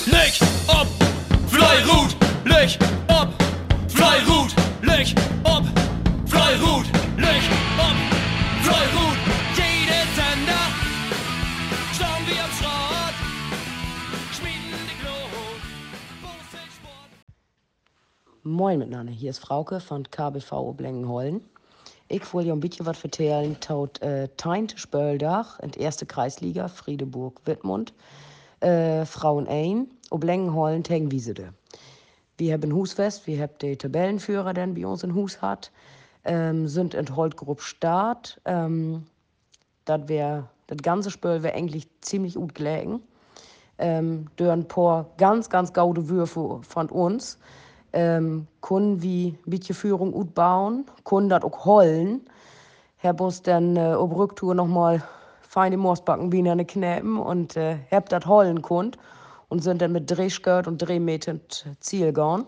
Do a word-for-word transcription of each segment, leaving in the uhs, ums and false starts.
Leg ob, Fleirut, leg ob, Fleirut, leg ob, Fleirut, leg ob, Fleirut. Jede Sender, schauen wir am Schrott, schmieden die Glut, Sport. Moin miteinander, hier ist Frauke von K B V Oblengenhollen. Ich will ja ein bisschen was vertellen tot äh, Teinte Spöldach in der erste Kreisliga, Friedeburg-Wittmund. Äh, Frauen ein, Oblengenhollen tegen Wiesede. Wir haben Husfest, wir haben den Tabellenführer, der bei uns in Hus hat, ähm, sind in Holtgrupp Start. Ähm, das wär, das ganze Spiel wäre eigentlich ziemlich gut gelegen. Ähm, durch ein paar ganz, ganz gaude Würfe von uns. Ähm, können wir ein bisschen Führung gut bauen, können das auch holen. Hab uns dann äh, auf Rücktour nochmal feine Moosbacken wie eine Knäpen und äh, hab das holen konnt und sind dann mit Drehskirt und Drehmeter ins Ziel gegangen.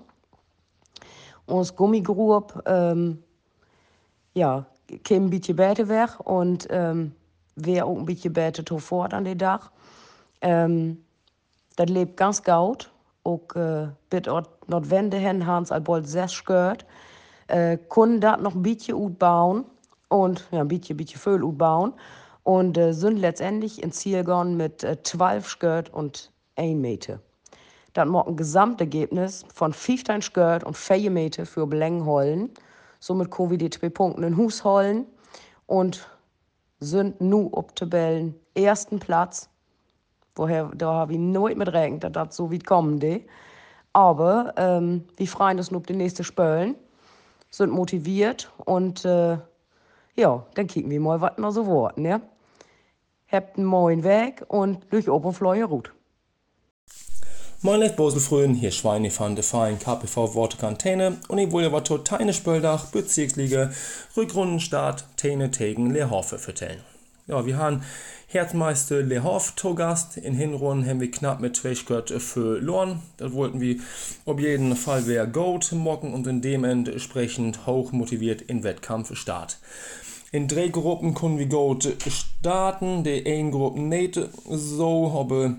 Uns Gummigrub, ähm, ja, käme ein bisschen Beete weg und ähm, wäre auch ein bisschen Beete fort an den Dach. Ähm, das lebt ganz gut. Auch äh, bit not Wände hen, Hans albald sechs Skirt. Äh, können das noch ein bisschen gut bauen und ja, ein bisschen, bisschen viel gut bauen. Und äh, sind letztendlich ins Ziel gegangen mit äh, zwölf Skirt und ein Meter. Das macht ein Gesamtergebnis von fünfzehn Skirt und vier Meter für Belengenhollen. Somit können wir die zwei Punkte in Hus holen und sind nu auf Tabellen ersten Platz. Woher, da habe ich nooit mit rechnet, dass das so weit kommen de. Aber ähm, wir freuen uns nur auf die nächsten Spielen, sind motiviert und äh, ja, dann kicken wir mal, was noch so wird, ne? Habt einen neuen Weg und durch Oberfläche Rut. Moin Leute Boselfröhen, hier Schweine von der Verein K P V Worte Kantene und ich wollte was total Spöldach, Bezirksliga, Rückrundenstart, Tene tegen Leerhofe vertellen. Ja, wir haben Herzmeister Leerhof to Gast. In Hinrunden haben wir knapp mit zwei Skirt für Lorn. Das wollten wir auf jeden Fall wer Goat mocken und in dementsprechend hoch motiviert in Wettkampf start. In drei Gruppen können wir Goat starten, die eine Gruppe nicht so, aber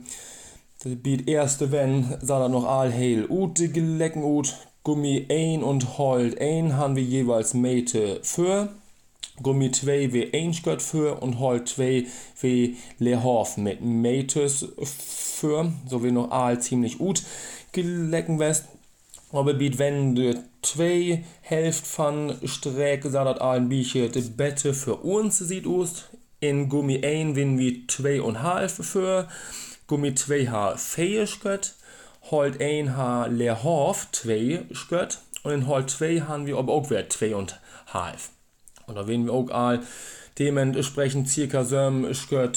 die erste wenn, sah da noch all heil ut gelecken ut, Gummi ein und Holt ein haben wir jeweils Meter für, Gummi zwei wie ein Skirt für und Holt zwei wie Leerhof mit Meters für, so wie noch all ziemlich gut gelecken west. Aber biet wenn de zwei Hälfte von Strecke sah dat all ein bisschen de Bette für uns sieht aus. In Gummi ein wenn wir zwei und halb für, Gummi zwei ha vier Skirt, Holt ein ha Leerhof zwei Skirt und in Holt zwei haben wir aber auch wieder zwei und halb. Und da werden wir auch all dementsprechend circa so Skirt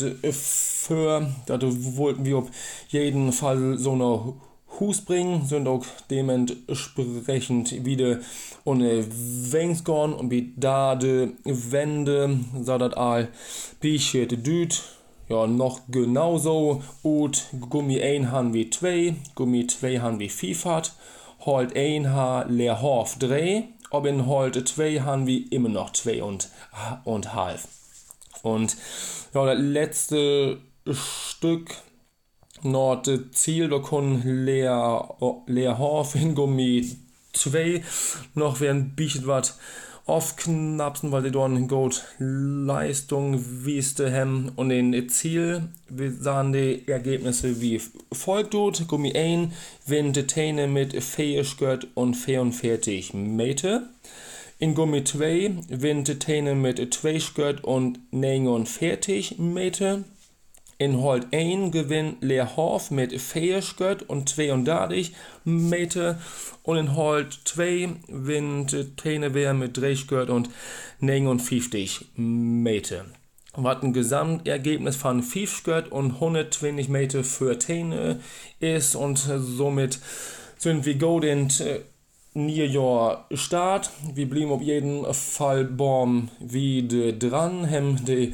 für, da wollten wir auf jeden Fall so eine Hus bringen, sind auch dementsprechend wieder ohne Wengsgorn und wie da de Wände, sah dat all bisschen düt. Ja, noch genauso gut. Gummi ein haben wir zwei, Gummi zwei haben wir vier hat, Holt ein ha Leerhof drei, aber in Holt zwei haben wir immer noch zwei und, und halb. Und ja, das letzte Stück noch das Ziel, da können Leer, Leerhof in Gummi zwei noch werden bisschen was aufknapsen, weil die dort eine gute Leistung wieste haben. Und in Ziel, wir sahen die Ergebnisse wie folgt dort. Gummi ein gewinnt Täne mit vier Skirt und vierundvierzig Meter. In Gummi zwei gewinnt Täne mit zwei Skirt und neunundvierzig Meter. In Holt ein gewinnt Leerhof mit vier Skirt und zweiunddreißig Meter. Und in Holt zwei gewinnt Tänewehr mit drei Skirt und neunundfünfzig Meter. Was ein Gesamtergebnis von fünf Skirt und hundertzwanzig Meter für Täne ist. Und somit sind wir gut in Jahr Start. Wir blieben auf jeden Fall Baum wieder dran, haben die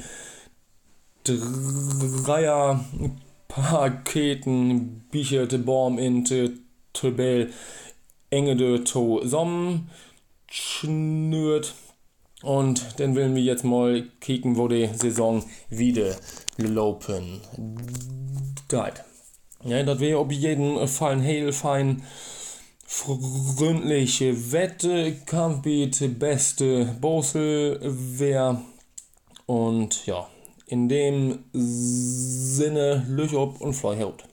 Dreier Paketen bicherte Baum in de Tabelle enge de zusammen schnürt und dann wollen wir jetzt mal kicken, wo die Saison wieder laufen geht. Ja, das wäre auf jeden Fall ein heel fein, freundliche Wette, Kampfbiet, beste Bosel wär. Und ja, in dem Sinne, Lüch ob und Fleu haut.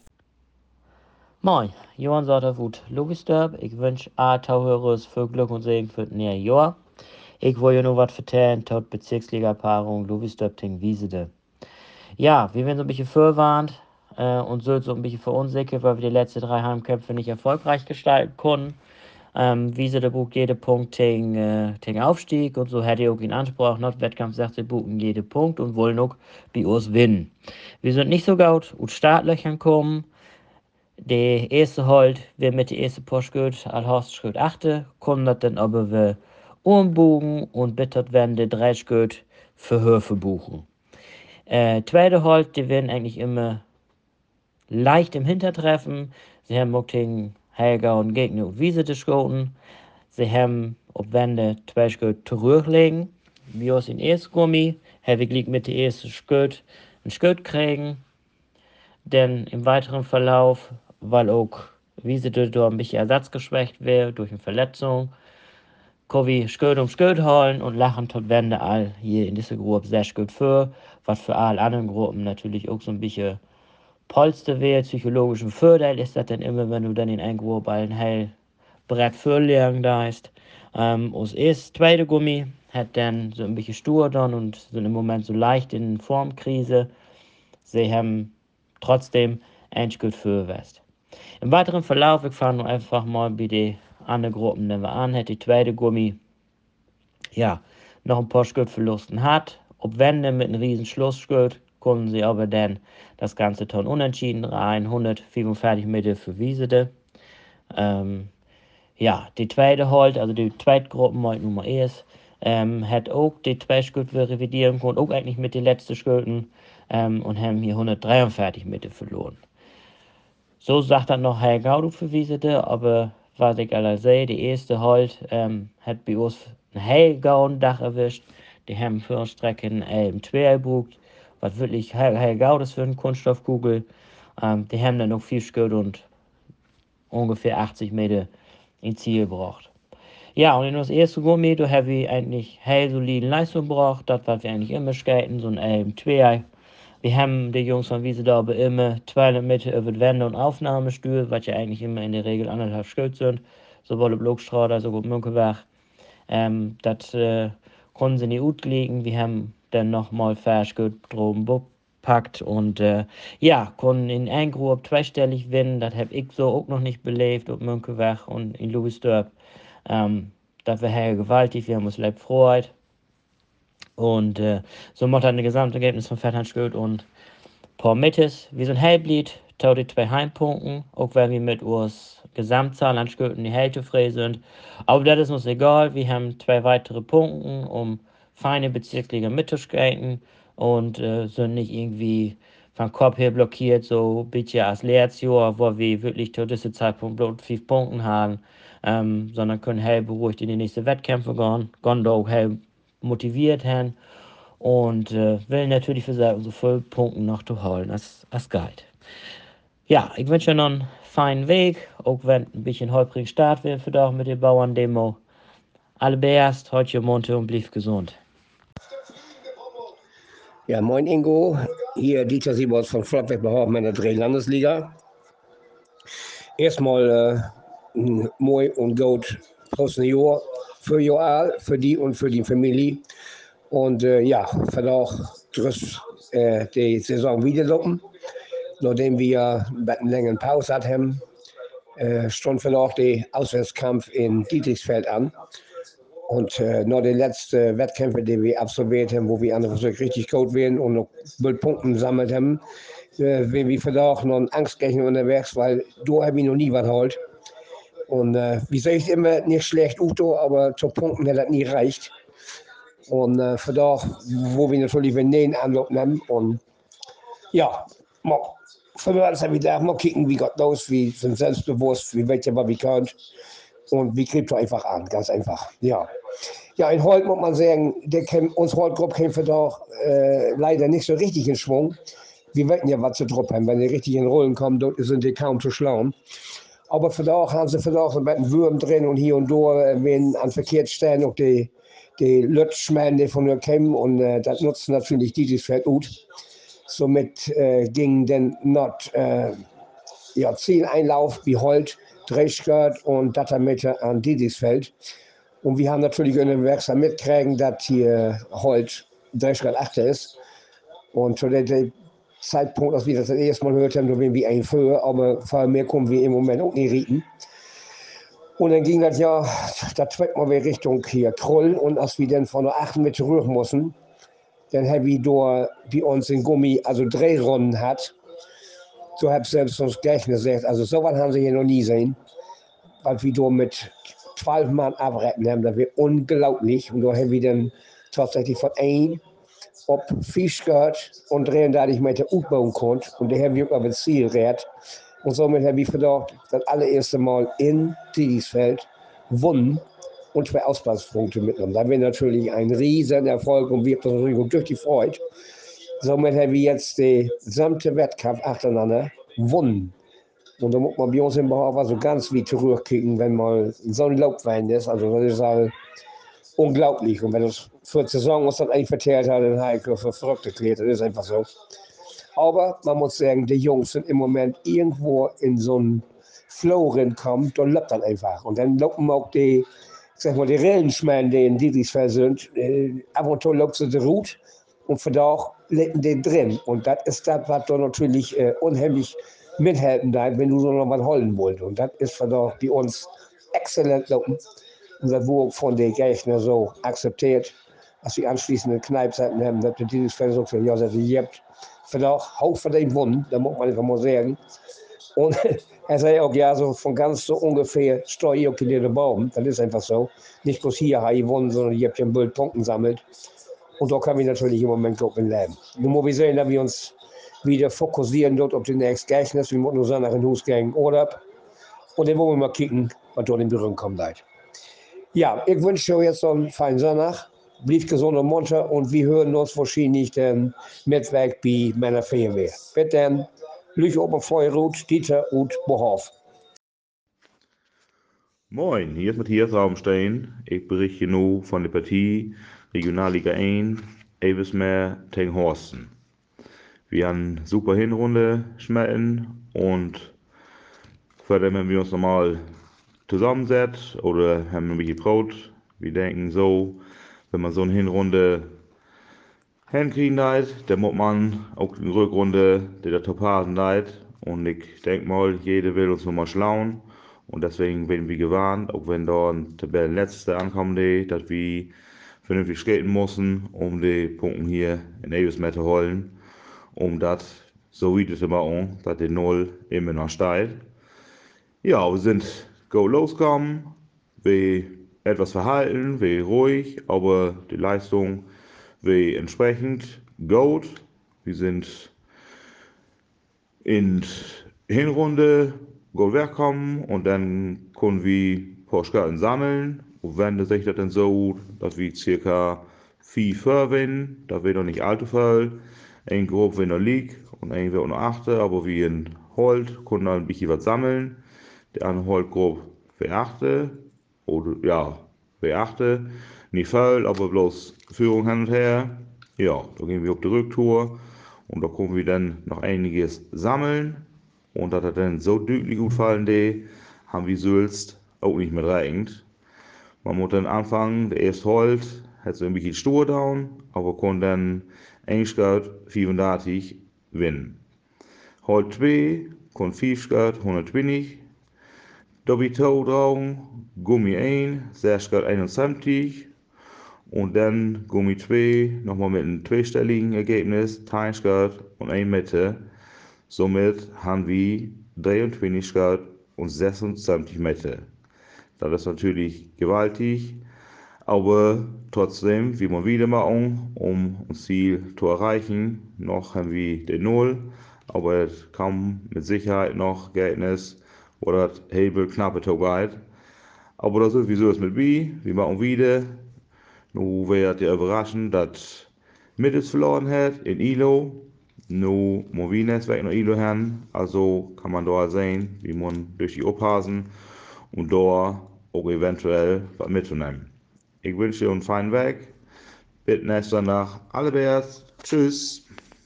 Moin, Johann Sauterwut, Logisturb. Ich wünsch a Tauhörers viel Glück und Segen für das nächste Jahr. Ich will ja nur was vertellen, tot Bezirksliga-Paarung Logisturb gegen Wiesede. Ja, wir werden so ein bisschen vorwarnt äh, und so, so ein bisschen verunsichert, weil wir die letzten drei Heimkämpfe nicht erfolgreich gestalten konnten. Ähm, Wiesede bucht jede Punkt gegen, äh, gegen Aufstieg und so hätte ich auch in Anspruch. Not Wettkampf sagt, sie buchen jede Punkt und wollen auch bei uns gewinnen. Wir sind nicht so gut aus Startlöchern kommen. De eerste halt weer met de eerste postcode al hartstikke achte, kon dat dann aber wir umbogen und bittert werden de drei Schritt für Höfe buchen. Äh, zweite halt, die werden eigentlich immer leicht im Hintertreffen. Sie haben auch gegen Helga und Gegner und Wiese geschoten. Sie haben auf Wände zwei Schritt zurücklegen. Wie aus den ersten Gummi, habe ich mit der ersten Schritt einen Schritt kriegen. Denn im weiteren Verlauf, weil auch Wiese durch ein bisschen ersatzgeschwächt wäre durch eine Verletzung, kann ich Schritt um Schritt holen und lachen tot Wände all hier in dieser Gruppe sehr gut für, was für alle anderen Gruppen natürlich auch so ein bisschen Polster wäre, psychologischen Vorteil ist das dann immer, wenn du dann in ein Gruppe ein hell Brett vorlegen da ist. Ähm, aus erst zweite Gummi hat dann so ein bisschen stur dann und sind im Moment so leicht in Formkrise. Sie haben trotzdem ein gut für West. Im weiteren Verlauf, ich fange nur einfach mal bei den anderen Gruppen nehmen wir an, hat die zweite Gummi ja, noch ein paar Schrittverlusten hat. Ob Wende mit einem riesen Schlussschritt, konnten sie aber dann das ganze Ton unentschieden rein, hundertfünfundvierzig Meter für Wiesede. Ähm, ja, die zweite halt, also die zweite Gruppe, halt Nummer eins, ähm, hat auch die zwei Schritte revidieren können, auch eigentlich mit den letzten Schritten ähm, und haben hier hundertdreiundvierzig Meter verloren. So sagt dann noch Herr Gaudu für Wiesede, aber was ich alle sehe, die erste halt ähm, hat bei uns ein Heilgauen-Dach erwischt. Die haben für uns Strecken ähm, zwei gebucht, was wirklich Heilgaud ist für eine Kunststoffkugel. Ähm, die haben dann noch viel Schritt und ungefähr achtzig Meter ins Ziel gebracht. Ja, und in das erste Gummi, da habe ich eigentlich heil solide Leistung gebracht. Das, was wir eigentlich immer skaten, so ein Elm zwei. Wir haben die Jungs von Wiese da aber immer zweihundert Meter über die Wände und Aufnahmestuhl, was ja eigentlich immer in der Regel anderthalb Stück sind. Sowohl auf Blockstraße als auch auf Münkewach. Ähm, das äh, konnten sie nicht gut legen. Wir haben dann nochmal Verschgut drum gepackt und äh, ja, konnten in ein Gruppe zweistellig gewinnen. Das habe ich so auch noch nicht belebt auf Münkewach und in Louisdorp. Ähm, das war sehr gewaltig. Wir haben uns leid gefreut. Und äh, so macht er ein Gesamtergebnis von Fetthandschuld und Paul Mittes. Wir sind hellblied, tau die zwei Heimpunkten, auch wenn wir mit uns Gesamtzahl an Schulden die Hälfte frei sind. Aber das ist uns egal, wir haben zwei weitere Punkte, um feine Bezirksliga mitzuskaten und äh, sind nicht irgendwie vom Kopf her blockiert, so ein bisschen als letztes Jahr, wo wir wirklich zu diesem Zeitpunkt bloß fünf Punkte haben, ähm, sondern können hell beruhigt in die nächsten Wettkämpfe gehen, gehen da auch hell motiviert haben und äh, will natürlich für sie unsere voll Punkte noch zu holen als, als Guide. Ja, ich wünsche noch einen feinen Weg, auch wenn ein bisschen holprig Start wird für doch mit der Bauerndemo. Alle beerst, heute Monte und blieb gesund. Ja, moin Ingo, hier Dieter Siebers von Flottbeck Behaupten in der Dreh-Landesliga. Erstmal äh, mooi und gut draußen Jahr für Joal, für die und für die Familie. Und äh, ja, auch äh, die Saison wieder lopen. Nachdem wir eine längere Pause hatten, äh, stand auch der Auswärtskampf in Dietrichsfeld an. Und äh, noch die letzten Wettkämpfe, die wir absolviert haben, wo wir andere so richtig gut werden und noch Punkte gesammelt haben, äh, werden wir vielleicht auch noch in Angstgegner unterwegs, weil da habe ich noch nie was geholt. Und äh, wie sage ich immer, nicht schlecht Uto, aber zu Punkten hat das nie reicht. Und äh, für da, wo wir natürlich den nähen Anlauf nehmen. Und ja, mal, für uns habe ich gedacht, mal kicken, wie Gott los, wie sind selbstbewusst, wie welche, was wir können. Und wie kriegt er einfach an, ganz einfach. Ja, ja in Holt muss man sagen, der kennt, uns Holtgruppe kämpft doch äh, leider nicht so richtig in Schwung. wir wetten ja, was sie drauf haben. Wenn die richtig in Rollen kommen, dort sind die kaum zu schlagen. Aber für da haben sie für da so einen Würm drin und hier und da, wenn an Verkehrsstellen auch die, die Lutschmen, die von der kommen und äh, das nutzen natürlich die, die es fällt gut. Somit äh, ging dann not äh, ja, Zieleinlauf wie Holt, Drehskirt und Datameter an Didisfeld. Und wir haben natürlich in den Werksam mitkriegen, dass hier Holt Drehskirt achter ist. Und zu dem Zeitpunkt, als wir das das erste Mal gehört haben, da waren wir ein Föhr, aber vor allem mehr kommen wir im Moment auch nicht rieten. Und dann ging das ja, da zweck mal wir Richtung hier Troll. Und als wir dann von der achten mit zurück mussten, dann haben wir da bei uns in Gummi, also Drehrunden hat. So habe ich selbst uns gleich gesagt, also sowas haben sie hier noch nie gesehen. Weil wir da mit zwölf Mann abretten haben, das wird unglaublich. Und da haben wir dann tatsächlich von ein ob Fisch gehört und dreiunddreißig Meter aufbauen konnte. Und der haben wir auf das Ziel gerät. Und somit habe ich gedacht, das allererste Mal in Didisfeld gewonnen und zwei Ausgleichspunkte mitgenommen. Da wäre natürlich ein riesen Erfolg und wir haben uns natürlich auch durch die Freude. Somit haben wir jetzt den gesamten Wettkampf achteinander gewonnen. Und da muss man bei uns im Bauch aber so ganz wie zurückkicken, wenn mal so ein Laubwein ist. Also das ist halt unglaublich. Und wenn es für die Saison uns dann eigentlich verteilt hat, dann habe ich für verrückt erklärt. Das ist einfach so. Aber man muss sagen, die Jungs sind im Moment irgendwo in so einen Flow reinkommen, dann läuft das einfach. Und dann laufen auch die, sag mal, die Rillenschmähen, die in Didisfeld sind, äh, ab und zu laufen sie die Route und von da auch lecken die drin. Und das ist das, was da natürlich äh, unheimlich mithelfen darf, wenn du so noch was holen willst. Und das ist von da bei uns exzellent laufen. Und das wurde von den Gegnern so akzeptiert, als die anschließenden Kneipseiten haben, dass die Didisfeld so gesagt, ja, das ist jebt. Von da auch hochverdient gewonnen, da muss man einfach mal sagen. Und er sagt auch, ja, so von ganz so ungefähr steuer ich den Baum. Das ist einfach so. Nicht bloß hier habe ich gewonnen, sondern ich habe hier ein Bild Punkten sammelt. Und da kann ich natürlich im Moment gut leben. Nun muss ich sehen, dass wir uns wieder fokussieren dort auf den nächsten Gegner. Wir müssen nur so nach dem Haus gehen oder. Und dann wollen wir mal kicken, was dort in Berührung kommt. Ja, ich wünsche euch jetzt noch einen feinen Sonntag. Bleibt gesund und munter und wir hören uns wahrscheinlich dann Mitwerk bei meiner Feuerwehr. Bitte dann, Lüch oben Feuerrut, Dieter und Bohoff. Moin, hier ist Matthias Raumstein. Ich berichte nu von der Partie Regionalliga eins, Eversmeer gegen Horsten. Wir haben super Hinrunde schmecken und vorher haben wir uns nochmal zusammensetzen oder haben wir getraut. Wir denken so, wenn man so eine Hinrunde hinkriegen leid, dann muss man auch in der Rückrunde der Top-Hasen leid. Und ich denke mal, jeder will uns nochmal schlauen. Und deswegen werden wir gewarnt, auch wenn da ein Tabellenletzter ankommt, dass wir vernünftig skaten müssen, um die Punkte hier in Eversmeer zu holen. Um das so wieder zu machen, dass die Null immer noch steigt. Ja, wir sind go losgekommen, wir etwas verhalten, wir ruhig, aber die Leistung wir entsprechend gut. Wir sind in Hinrunde gut wegkommen und dann können wir ein paar Skarten sammeln. Und wenn sich das dann so, dass wir circa vier verwinnen, da wird noch nicht allzu viel. Ein grob wenn er liegt und ein wird noch achte, aber wie in Holt, können dann ein bisschen was sammeln. Der andere Holt grob verachte, oder ja, verachte. Nicht viel, aber bloß Führung hin und her. Ja, da gehen wir auf die Rücktour und da können wir dann noch einiges sammeln. Und dass das dann so deutlich gut fallen, die haben wir Sülst auch nicht mehr reichend. Man muss dann anfangen, der erste Holt hat so ein bisschen stur down, aber kann dann Engstgard vierunddreißig gewinnen. Holt zwei, kann fünfzig, hundertzwanzig. Dobby Toe drauf, Gummi eins, sechzig, einundsiebzig. Und dann Gummi zwei, nochmal mit einem zweistelligen Ergebnis, dreißig und eine Mitte. Somit haben wir dreiundzwanzig und sechsundsiebzig Meter. Das ist natürlich gewaltig, aber trotzdem, wie wir wieder machen, um das Ziel zu erreichen, noch haben wir den Null, aber es kann mit Sicherheit noch Ergebnis oder das Hebel knappe Togheit. Aber das ist wieso ist mit B, wir machen wieder. Nun wird ihr überraschen, dass Mittels verloren hat in Ilo. Nu Movines weg noch Ilo hin, also kann man da sehen, wie man durch die Ophasen und da auch eventuell was mitzunehmen. Ich wünsche dir einen feinen Weg. Bis nächsten Sonntag. Alle Bärs. Tschüss.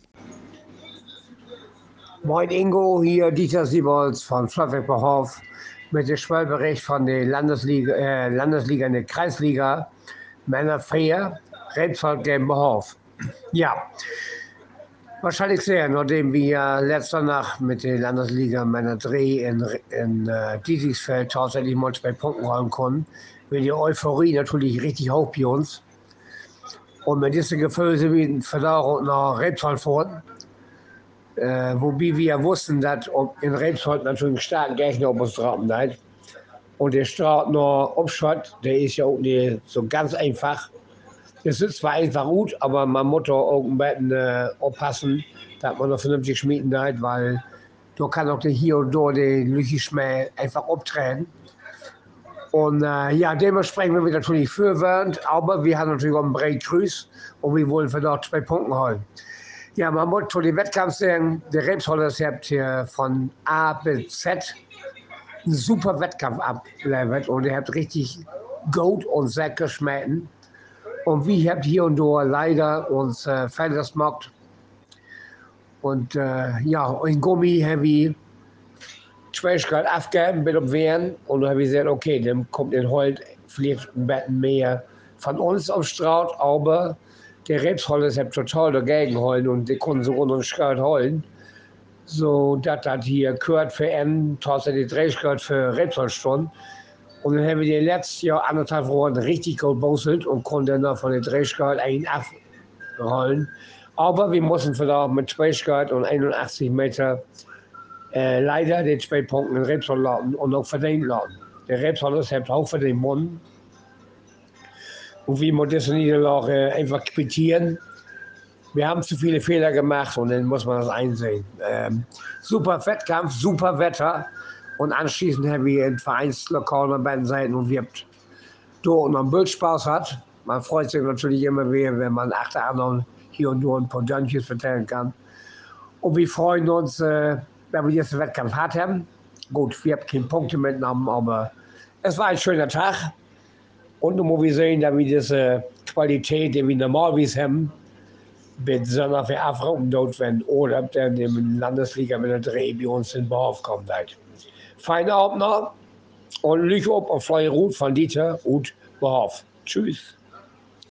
Moin Ingo, hier Dieter Siebold von Flottweg-Behof mit dem Spielbericht von der Landesliga, äh, Landesliga in der Kreisliga Männer vier, Rebsold gegen Behof. Ja, wahrscheinlich sehr, nachdem wir letzter Nacht mit der Landesliga Männer drei in, in äh, Dietingsfeld tatsächlich mal zwei Punkte räumen konnten, wird die Euphorie natürlich richtig hoch bei uns. Und mit diesem Gefühl sind wir Verdauung nach Rebsold fahren. Äh, wobei wir wussten, dass in Rebsold natürlich ein starker Gegner auf uns drauf ist. Und der Straat noch Abschott, der ist ja auch nicht so ganz einfach. Es ist zwar einfach gut, aber man muss auch ein bisschen äh, aufpassen, dass man noch vernünftig schmieden hat, weil da kann auch hier und da der Lüchi-Schmäh einfach abtreten. Und äh, ja, dementsprechend sind wir natürlich fürwärend, aber wir haben natürlich auch einen breiten Grüß und wir wollen für dort zwei Punkte holen. Ja, man muss für den Wettkampf sagen, der Rebsholders hat hier von A bis Z einen super Wettkampf abgeliefert und er hat richtig gut und sehr geschmecken. Und wir haben hier und da leider uns äh, verletzt. Und äh, ja, in Gummi haben wir Schwierigkeit aufgegeben mit dem Wehren. Und dann habe ich gesagt, okay, dann kommt in Holt vielleicht ein bisschen mehr von uns auf Straut, aber der Rebsholders hat total dagegen holen und die konnten so unter den Skirt holen. So, dass das hier gehört für N, tatsächlich Drehskirt für Rebsholdstunden. Und dann haben wir die letztes Jahr anderthalb Wochen richtig gut gebosselt und konnten dann von der Drehskirt einen abrollen. Aber wir mussten vielleicht mit zwei Skirt und einundachtzig Meter äh, leider den zwei Punkte in Rebsold laden und auch verdient laden. Der Rebsolders hat auch für den Mund. Und wir müssen diese Niederlage einfach quittieren. Wir haben zu viele Fehler gemacht und dann muss man das einsehen. Ähm, super Wettkampf, super Wetter. Und anschließend haben wir ein Vereinslokal an beiden Seiten und wir haben dort noch einen Bildspaß hat. Man freut sich natürlich immer wieder, wenn man acht anderen hier und da ein paar Dönches verteilen kann. Und wir freuen uns, äh, wenn wir jetzt den Wettkampf hart haben. Gut, wir haben keine Punkte mitgenommen, aber es war ein schöner Tag. Und nun muss wir sehen, dass wir diese Qualität, die wir normalerweise haben, mit so einer Verabredung dort werden oder dann in der Landesliga mit der Dreh bei uns in Behof kommt. Feinen Abend noch und Lüch ab auf Fleurut von Dieter und Behof. Tschüss.